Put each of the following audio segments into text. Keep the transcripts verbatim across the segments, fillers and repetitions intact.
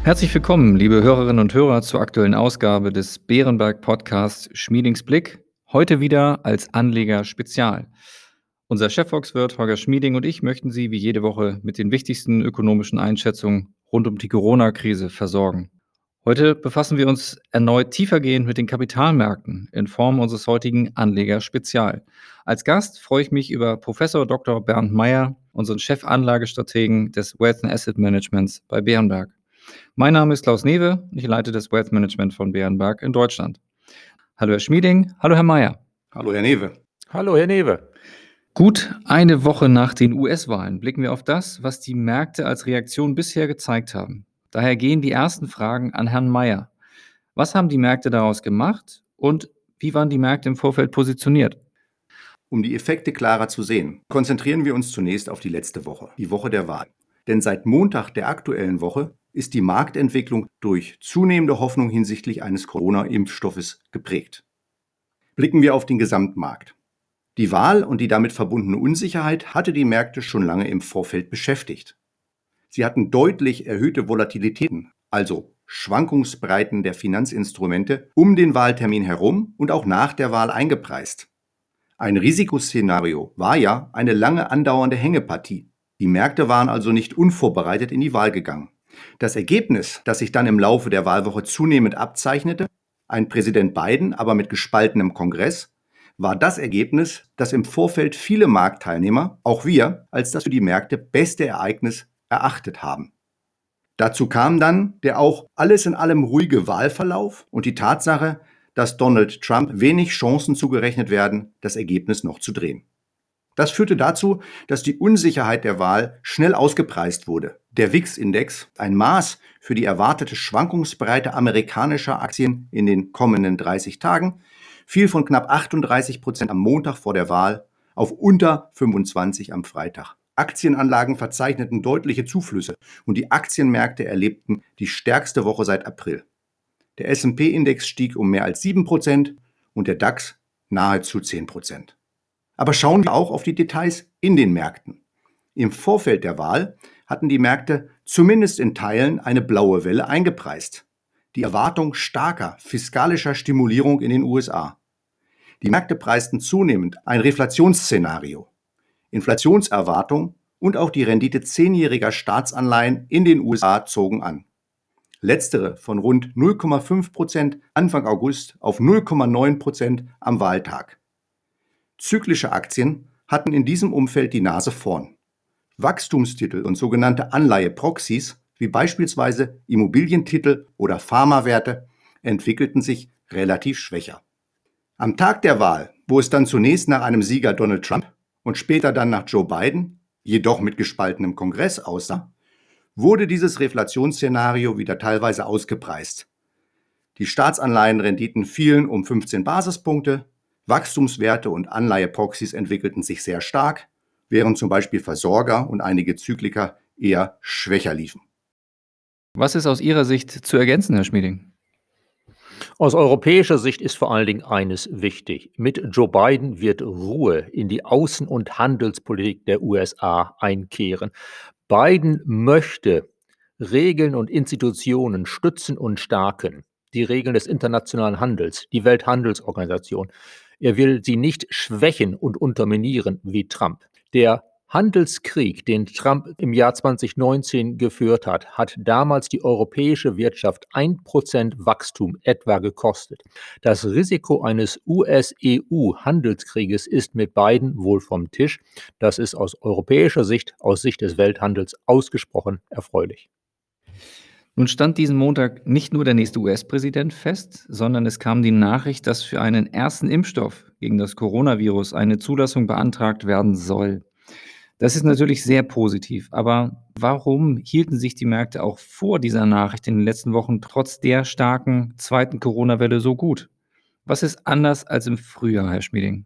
Herzlich willkommen, liebe Hörerinnen und Hörer, zur aktuellen Ausgabe des Bärenberg-Podcasts Schmiedings Blick. Heute wieder als Anleger Spezial. Unser Chefvolkswirt Holger Schmieding und ich möchten Sie wie jede Woche mit den wichtigsten ökonomischen Einschätzungen rund um die Corona-Krise versorgen. Heute befassen wir uns erneut tiefergehend mit den Kapitalmärkten in Form unseres heutigen Anleger Spezial. Als Gast freue ich mich über Professor Doktor Bernd Meyer, unseren Chefanlagestrategen des Wealth and Asset Managements bei Bärenberg. Mein Name ist Klaus Newe und ich leite das Wealth Management von Bärenberg in Deutschland. Hallo Herr Schmieding, hallo Herr Meyer. Hallo Herr Newe. Hallo Herr Newe. Gut eine Woche nach den U S-Wahlen blicken wir auf das, was die Märkte als Reaktion bisher gezeigt haben. Daher gehen die ersten Fragen an Herrn Meyer. Was haben die Märkte daraus gemacht und wie waren die Märkte im Vorfeld positioniert? Um die Effekte klarer zu sehen, konzentrieren wir uns zunächst auf die letzte Woche, die Woche der Wahl. Denn seit Montag der aktuellen Woche ist die Marktentwicklung durch zunehmende Hoffnung hinsichtlich eines Corona-Impfstoffes geprägt. Blicken wir auf den Gesamtmarkt. Die Wahl und die damit verbundene Unsicherheit hatte die Märkte schon lange im Vorfeld beschäftigt. Sie hatten deutlich erhöhte Volatilitäten, also Schwankungsbreiten der Finanzinstrumente, um den Wahltermin herum und auch nach der Wahl eingepreist. Ein Risikoszenario war ja eine lange andauernde Hängepartie. Die Märkte waren also nicht unvorbereitet in die Wahl gegangen. Das Ergebnis, das sich dann im Laufe der Wahlwoche zunehmend abzeichnete, ein Präsident Biden, aber mit gespaltenem Kongress, war das Ergebnis, das im Vorfeld viele Marktteilnehmer, auch wir, als das für die Märkte beste Ereignis erachtet haben. Dazu kam dann der auch alles in allem ruhige Wahlverlauf und die Tatsache, dass Donald Trump wenig Chancen zugerechnet werden, das Ergebnis noch zu drehen. Das führte dazu, dass die Unsicherheit der Wahl schnell ausgepreist wurde. Der V I X-Index, ein Maß für die erwartete Schwankungsbreite amerikanischer Aktien in den kommenden dreißig Tagen, fiel von knapp achtunddreißig Prozent am Montag vor der Wahl auf unter fünfundzwanzig am Freitag. Aktienanlagen verzeichneten deutliche Zuflüsse und die Aktienmärkte erlebten die stärkste Woche seit April. Der S und P-Index stieg um mehr als sieben Prozent und der DAX nahezu zehn Prozent. Aber schauen wir auch auf die Details in den Märkten. Im Vorfeld der Wahl hatten die Märkte zumindest in Teilen eine blaue Welle eingepreist. Die Erwartung starker fiskalischer Stimulierung in den U S A. Die Märkte preisten zunehmend ein Reflationsszenario. Inflationserwartung und auch die Rendite zehnjähriger Staatsanleihen in den U S A zogen an. Letztere von rund null Komma fünf Prozent Anfang August auf null Komma neun Prozent am Wahltag. Zyklische Aktien hatten in diesem Umfeld die Nase vorn. Wachstumstitel und sogenannte Anleiheproxys, wie beispielsweise Immobilientitel oder Pharmawerte, entwickelten sich relativ schwächer. Am Tag der Wahl, wo es dann zunächst nach einem Sieger Donald Trump und später dann nach Joe Biden, jedoch mit gespaltenem Kongress aussah, wurde dieses Reflationsszenario wieder teilweise ausgepreist. Die Staatsanleihenrenditen fielen um fünfzehn Basispunkte, Wachstumswerte und Anleiheproxys entwickelten sich sehr stark, während zum Beispiel Versorger und einige Zykliker eher schwächer liefen. Was ist aus Ihrer Sicht zu ergänzen, Herr Schmieding? Aus europäischer Sicht ist vor allen Dingen eines wichtig. Mit Joe Biden wird Ruhe in die Außen- und Handelspolitik der U S A einkehren. Biden möchte Regeln und Institutionen stützen und stärken. Die Regeln des internationalen Handels, die Welthandelsorganisation. Er will sie nicht schwächen und unterminieren wie Trump. Der Handelskrieg, den Trump im Jahr zwanzig neunzehn geführt hat, hat damals die europäische Wirtschaft ein Prozent Wachstum etwa gekostet. Das Risiko eines U S-E U-Handelskrieges ist mit Biden wohl vom Tisch. Das ist aus europäischer Sicht, aus Sicht des Welthandels ausgesprochen erfreulich. Nun stand diesen Montag nicht nur der nächste U S-Präsident fest, sondern es kam die Nachricht, dass für einen ersten Impfstoff gegen das Coronavirus eine Zulassung beantragt werden soll. Das ist natürlich sehr positiv, aber warum hielten sich die Märkte auch vor dieser Nachricht in den letzten Wochen trotz der starken zweiten Corona-Welle so gut? Was ist anders als im Frühjahr, Herr Schmieding?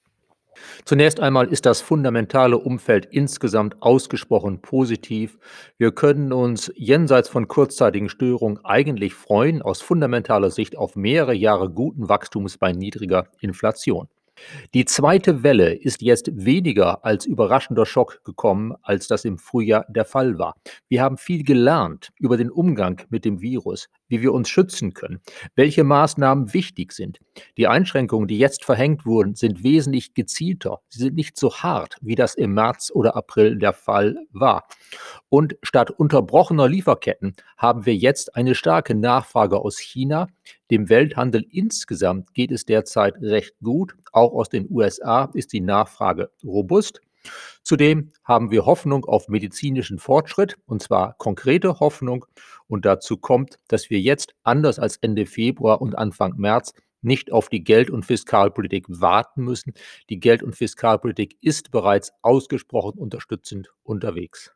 Zunächst einmal ist das fundamentale Umfeld insgesamt ausgesprochen positiv. Wir können uns jenseits von kurzzeitigen Störungen eigentlich freuen, aus fundamentaler Sicht auf mehrere Jahre guten Wachstums bei niedriger Inflation. Die zweite Welle ist jetzt weniger als überraschender Schock gekommen, als das im Frühjahr der Fall war. Wir haben viel gelernt über den Umgang mit dem Virus, wie wir uns schützen können, welche Maßnahmen wichtig sind. Die Einschränkungen, die jetzt verhängt wurden, sind wesentlich gezielter. Sie sind nicht so hart, wie das im März oder April der Fall war. Und statt unterbrochener Lieferketten haben wir jetzt eine starke Nachfrage aus China. Dem Welthandel insgesamt geht es derzeit recht gut. Auch aus den U S A ist die Nachfrage robust. Zudem haben wir Hoffnung auf medizinischen Fortschritt, und zwar konkrete Hoffnung. Und dazu kommt, dass wir jetzt, anders als Ende Februar und Anfang März, nicht auf die Geld- und Fiskalpolitik warten müssen. Die Geld- und Fiskalpolitik ist bereits ausgesprochen unterstützend unterwegs.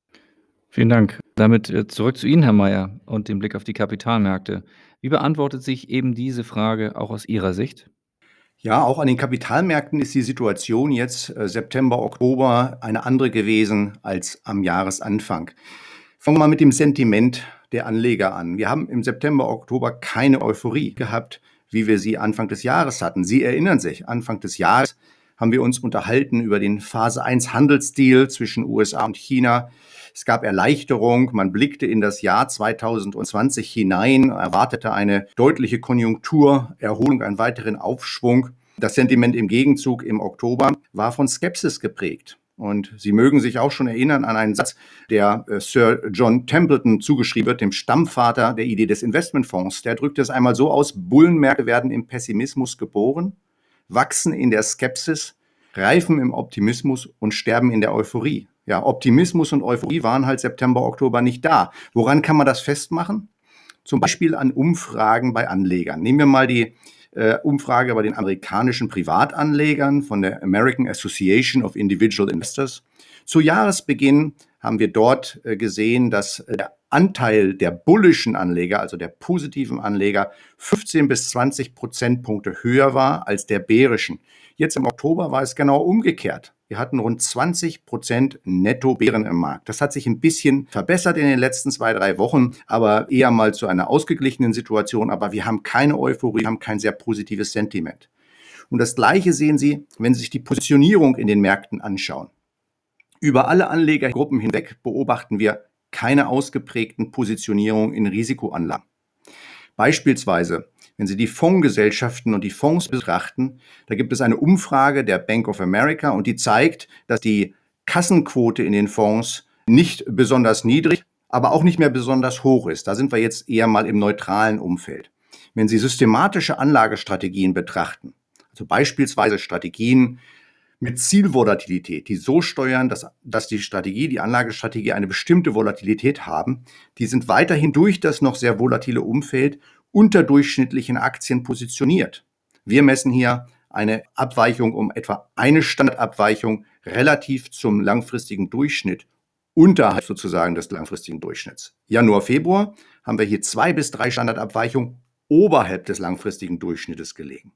Vielen Dank. Damit äh, zurück zu Ihnen, Herr Mayer, und dem Blick auf die Kapitalmärkte. Wie beantwortet sich eben diese Frage auch aus Ihrer Sicht? Ja, auch an den Kapitalmärkten ist die Situation jetzt äh, September, Oktober eine andere gewesen als am Jahresanfang. Fangen wir mal mit dem Sentiment der Anleger an. Wir haben im September, Oktober keine Euphorie gehabt, wie wir sie Anfang des Jahres hatten. Sie erinnern sich, Anfang des Jahres haben wir uns unterhalten über den Phase eins Handelsdeal zwischen U S A und China. Es gab Erleichterung, man blickte in das Jahr zweitausendzwanzig hinein, erwartete eine deutliche Konjunkturerholung, einen weiteren Aufschwung. Das Sentiment im Gegenzug im Oktober war von Skepsis geprägt. Und Sie mögen sich auch schon erinnern an einen Satz, der äh, Sir John Templeton zugeschrieben wird, dem Stammvater der Idee des Investmentfonds. Der drückt es einmal so aus: Bullenmärkte werden im Pessimismus geboren, wachsen in der Skepsis, reifen im Optimismus und sterben in der Euphorie. Ja, Optimismus und Euphorie waren halt September, Oktober nicht da. Woran kann man das festmachen? Zum Beispiel an Umfragen bei Anlegern. Nehmen wir mal die äh, Umfrage bei den amerikanischen Privatanlegern von der American Association of Individual Investors. Zu Jahresbeginn haben wir dort äh, gesehen, dass äh, der Anteil der bullischen Anleger, also der positiven Anleger, fünfzehn bis zwanzig Prozentpunkte höher war als der bärischen. Jetzt im Oktober war es genau umgekehrt. Wir hatten rund zwanzig Prozent Netto-Bären im Markt. Das hat sich ein bisschen verbessert in den letzten zwei, drei Wochen, aber eher mal zu einer ausgeglichenen Situation. Aber wir haben keine Euphorie, wir haben kein sehr positives Sentiment. Und das Gleiche sehen Sie, wenn Sie sich die Positionierung in den Märkten anschauen. Über alle Anlegergruppen hinweg beobachten wir keine ausgeprägten Positionierungen in Risikoanlagen. Beispielsweise, wenn Sie die Fondsgesellschaften und die Fonds betrachten, da gibt es eine Umfrage der Bank of America und die zeigt, dass die Kassenquote in den Fonds nicht besonders niedrig, aber auch nicht mehr besonders hoch ist. Da sind wir jetzt eher mal im neutralen Umfeld. Wenn Sie systematische Anlagestrategien betrachten, also beispielsweise Strategien mit Zielvolatilität, die so steuern, dass, dass die Strategie, die Anlagestrategie eine bestimmte Volatilität haben, die sind weiterhin durch das noch sehr volatile Umfeld unterdurchschnittlichen Aktien positioniert. Wir messen hier eine Abweichung um etwa eine Standardabweichung relativ zum langfristigen Durchschnitt, unterhalb sozusagen des langfristigen Durchschnitts. Januar, Februar haben wir hier zwei bis drei Standardabweichungen oberhalb des langfristigen Durchschnittes gelegen.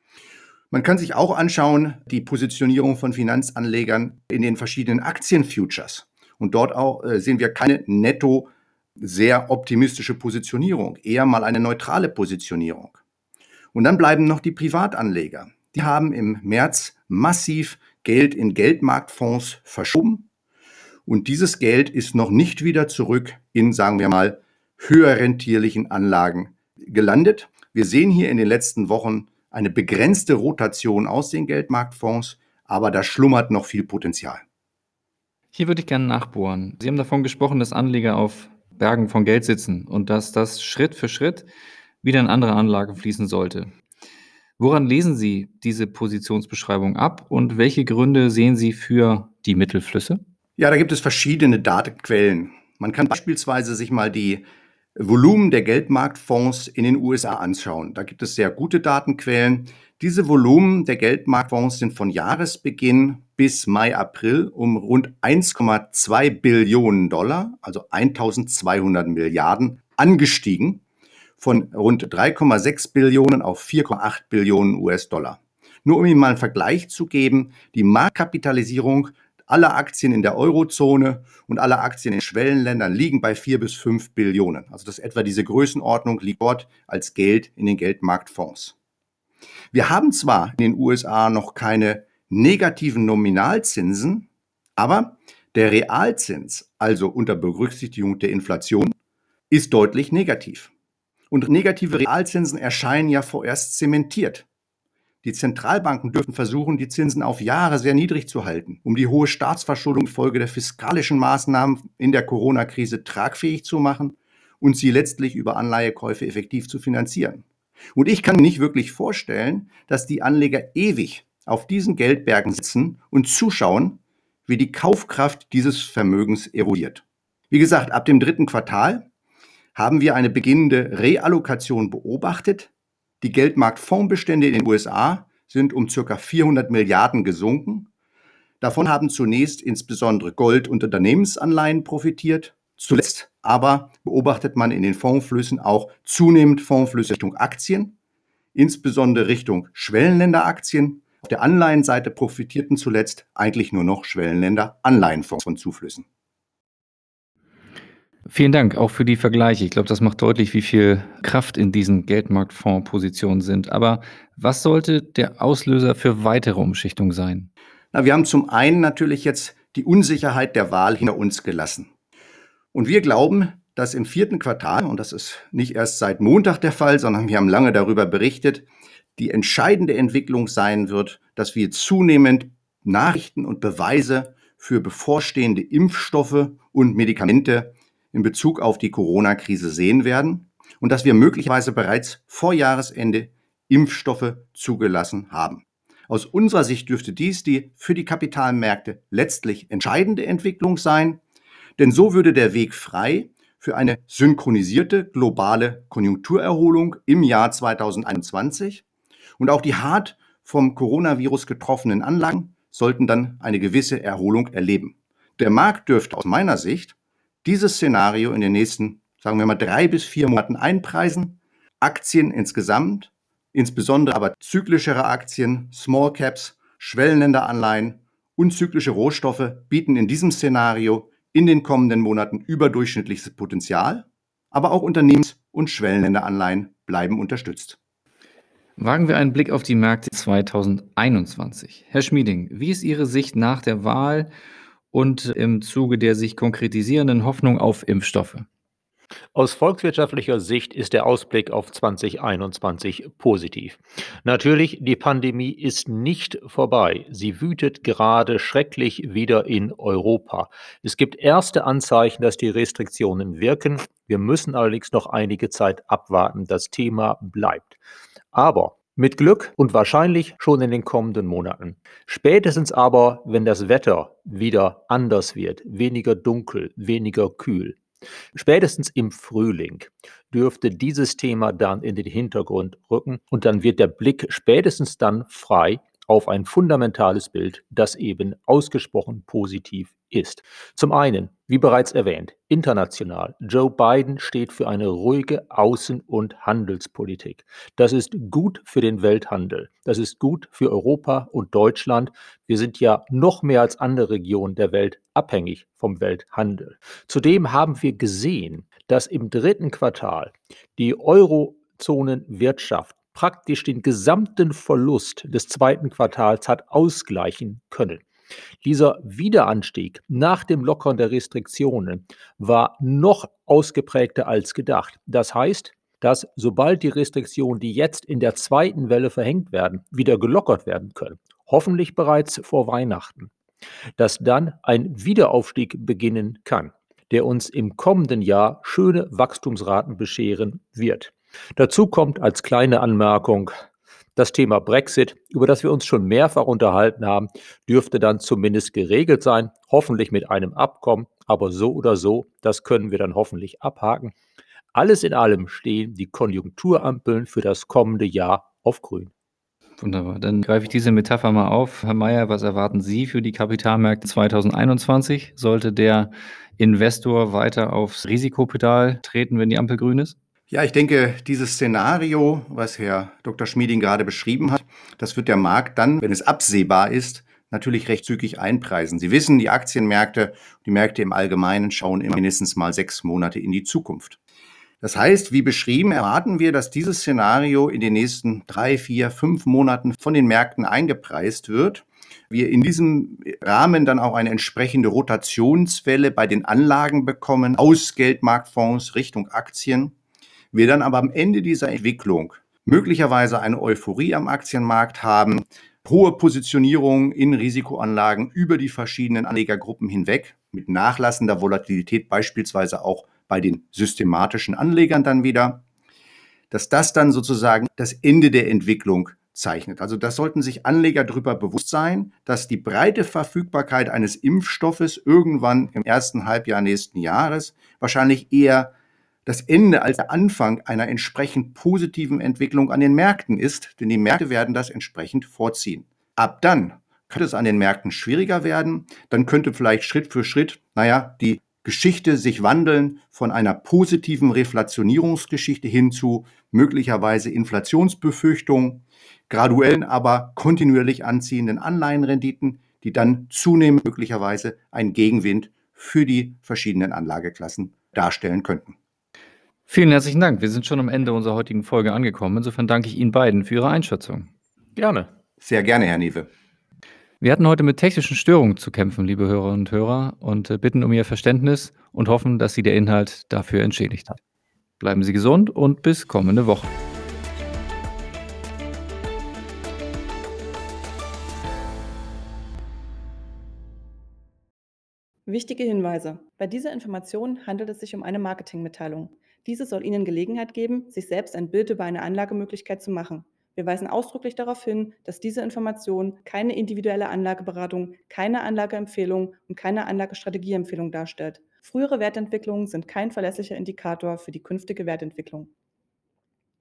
Man kann sich auch anschauen, die Positionierung von Finanzanlegern in den verschiedenen Aktienfutures. Und dort auch äh, sehen wir keine netto sehr optimistische Positionierung, eher mal eine neutrale Positionierung. Und dann bleiben noch die Privatanleger. Die haben im März massiv Geld in Geldmarktfonds verschoben. Und dieses Geld ist noch nicht wieder zurück in, sagen wir mal, höher rentierlichen Anlagen gelandet. Wir sehen hier in den letzten Wochen eine begrenzte Rotation aus den Geldmarktfonds, aber da schlummert noch viel Potenzial. Hier würde ich gerne nachbohren. Sie haben davon gesprochen, dass Anleger auf Bergen von Geld sitzen und dass das Schritt für Schritt wieder in andere Anlagen fließen sollte. Woran lesen Sie diese Positionsbeschreibung ab und welche Gründe sehen Sie für die Mittelflüsse? Ja, da gibt es verschiedene Datenquellen. Man kann beispielsweise sich mal die Volumen der Geldmarktfonds in den U S A anschauen. Da gibt es sehr gute Datenquellen. Diese Volumen der Geldmarktfonds sind von Jahresbeginn bis Mai, April um rund eins Komma zwei Billionen Dollar, also eintausendzweihundert Milliarden, angestiegen, von rund drei Komma sechs Billionen auf vier Komma acht Billionen U S-Dollar. Nur um Ihnen mal einen Vergleich zu geben, die Marktkapitalisierung aller Aktien in der Eurozone und aller Aktien in Schwellenländern liegen bei vier bis fünf Billionen. Also das etwa diese Größenordnung liegt dort als Geld in den Geldmarktfonds. Wir haben zwar in den U S A noch keine negativen Nominalzinsen, aber der Realzins, also unter Berücksichtigung der Inflation, ist deutlich negativ. Und negative Realzinsen erscheinen ja vorerst zementiert. Die Zentralbanken dürfen versuchen, die Zinsen auf Jahre sehr niedrig zu halten, um die hohe Staatsverschuldung infolge der fiskalischen Maßnahmen in der Corona-Krise tragfähig zu machen und sie letztlich über Anleihekäufe effektiv zu finanzieren. Und ich kann mir nicht wirklich vorstellen, dass die Anleger ewig auf diesen Geldbergen sitzen und zuschauen, wie die Kaufkraft dieses Vermögens erodiert. Wie gesagt, ab dem dritten Quartal haben wir eine beginnende Reallokation beobachtet. Die Geldmarktfondsbestände in den U S A sind um ca. vierhundert Milliarden gesunken. Davon haben zunächst insbesondere Gold- und Unternehmensanleihen profitiert. Zuletzt aber beobachtet man in den Fondsflüssen auch zunehmend Fondsflüsse Richtung Aktien, insbesondere Richtung Schwellenländeraktien. Auf der Anleihenseite profitierten zuletzt eigentlich nur noch Schwellenländer-Anleihenfonds von Zuflüssen. Vielen Dank auch für die Vergleiche. Ich glaube, das macht deutlich, wie viel Kraft in diesen Geldmarktfondspositionen sind. Aber was sollte der Auslöser für weitere Umschichtungen sein? Na, wir haben zum einen natürlich jetzt die Unsicherheit der Wahl hinter uns gelassen. Und wir glauben, dass im vierten Quartal, und das ist nicht erst seit Montag der Fall, sondern wir haben lange darüber berichtet, die entscheidende Entwicklung sein wird, dass wir zunehmend Nachrichten und Beweise für bevorstehende Impfstoffe und Medikamente in Bezug auf die Corona-Krise sehen werden und dass wir möglicherweise bereits vor Jahresende Impfstoffe zugelassen haben. Aus unserer Sicht dürfte dies die für die Kapitalmärkte letztlich entscheidende Entwicklung sein, denn so würde der Weg frei für eine synchronisierte globale Konjunkturerholung im Jahr zweitausendeinundzwanzig und auch die hart vom Coronavirus getroffenen Anlagen sollten dann eine gewisse Erholung erleben. Der Markt dürfte aus meiner Sicht dieses Szenario in den nächsten, sagen wir mal, drei bis vier Monaten einpreisen. Aktien insgesamt, insbesondere aber zyklischere Aktien, Small Caps, Schwellenländeranleihen und zyklische Rohstoffe bieten in diesem Szenario in den kommenden Monaten überdurchschnittliches Potenzial, aber auch Unternehmens- und Schwellenländeranleihen bleiben unterstützt. Wagen wir einen Blick auf die Märkte zweitausendeinundzwanzig. Herr Schmieding, wie ist Ihre Sicht nach der Wahl und im Zuge der sich konkretisierenden Hoffnung auf Impfstoffe? Aus volkswirtschaftlicher Sicht ist der Ausblick auf zwanzig einundzwanzig positiv. Natürlich, die Pandemie ist nicht vorbei. Sie wütet gerade schrecklich wieder in Europa. Es gibt erste Anzeichen, dass die Restriktionen wirken. Wir müssen allerdings noch einige Zeit abwarten. Das Thema bleibt. Aber mit Glück und wahrscheinlich schon in den kommenden Monaten. Spätestens aber, wenn das Wetter wieder anders wird, weniger dunkel, weniger kühl. Spätestens im Frühling dürfte dieses Thema dann in den Hintergrund rücken und dann wird der Blick spätestens dann frei auf ein fundamentales Bild, das eben ausgesprochen positiv ist. Zum einen, wie bereits erwähnt, international. Joe Biden steht für eine ruhige Außen- und Handelspolitik. Das ist gut für den Welthandel. Das ist gut für Europa und Deutschland. Wir sind ja noch mehr als andere Regionen der Welt abhängig vom Welthandel. Zudem haben wir gesehen, dass im dritten Quartal die Eurozonenwirtschaft praktisch den gesamten Verlust des zweiten Quartals hat ausgleichen können. Dieser Wiederanstieg nach dem Lockern der Restriktionen war noch ausgeprägter als gedacht. Das heißt, dass sobald die Restriktionen, die jetzt in der zweiten Welle verhängt werden, wieder gelockert werden können, hoffentlich bereits vor Weihnachten, dass dann ein Wiederaufstieg beginnen kann, der uns im kommenden Jahr schöne Wachstumsraten bescheren wird. Dazu kommt als kleine Anmerkung das Thema Brexit, über das wir uns schon mehrfach unterhalten haben, dürfte dann zumindest geregelt sein, hoffentlich mit einem Abkommen, aber so oder so, das können wir dann hoffentlich abhaken. Alles in allem stehen die Konjunkturampeln für das kommende Jahr auf grün. Wunderbar, dann greife ich diese Metapher mal auf. Herr Mayer, was erwarten Sie für die Kapitalmärkte zweitausendeinundzwanzig? Sollte der Investor weiter aufs Risikopedal treten, wenn die Ampel grün ist? Ja, ich denke, dieses Szenario, was Herr Doktor Schmieding gerade beschrieben hat, das wird der Markt dann, wenn es absehbar ist, natürlich recht zügig einpreisen. Sie wissen, die Aktienmärkte, die Märkte im Allgemeinen schauen immer mindestens mal sechs Monate in die Zukunft. Das heißt, wie beschrieben, erwarten wir, dass dieses Szenario in den nächsten drei, vier, fünf Monaten von den Märkten eingepreist wird. Wir in diesem Rahmen dann auch eine entsprechende Rotationswelle bei den Anlagen bekommen, aus Geldmarktfonds Richtung Aktien. Wir dann aber am Ende dieser Entwicklung möglicherweise eine Euphorie am Aktienmarkt haben, hohe Positionierung in Risikoanlagen über die verschiedenen Anlegergruppen hinweg, mit nachlassender Volatilität beispielsweise auch bei den systematischen Anlegern dann wieder, dass das dann sozusagen das Ende der Entwicklung zeichnet. Also das sollten sich Anleger darüber bewusst sein, dass die breite Verfügbarkeit eines Impfstoffes irgendwann im ersten Halbjahr nächsten Jahres wahrscheinlich eher das Ende als der Anfang einer entsprechend positiven Entwicklung an den Märkten ist, denn die Märkte werden das entsprechend vorziehen. Ab dann könnte es an den Märkten schwieriger werden, dann könnte vielleicht Schritt für Schritt, naja, die Geschichte sich wandeln von einer positiven Reflationierungsgeschichte hin zu möglicherweise Inflationsbefürchtungen, graduellen, aber kontinuierlich anziehenden Anleihenrenditen, die dann zunehmend möglicherweise einen Gegenwind für die verschiedenen Anlageklassen darstellen könnten. Vielen herzlichen Dank. Wir sind schon am Ende unserer heutigen Folge angekommen. Insofern danke ich Ihnen beiden für Ihre Einschätzung. Gerne. Sehr gerne, Herr Newe. Wir hatten heute mit technischen Störungen zu kämpfen, liebe Hörerinnen und Hörer, und äh, bitten um Ihr Verständnis und hoffen, dass Sie der Inhalt dafür entschädigt hat. Bleiben Sie gesund und bis kommende Woche. Wichtige Hinweise. Bei dieser Information handelt es sich um eine Marketingmitteilung. Diese soll Ihnen Gelegenheit geben, sich selbst ein Bild über eine Anlagemöglichkeit zu machen. Wir weisen ausdrücklich darauf hin, dass diese Information keine individuelle Anlageberatung, keine Anlageempfehlung und keine Anlagestrategieempfehlung darstellt. Frühere Wertentwicklungen sind kein verlässlicher Indikator für die künftige Wertentwicklung.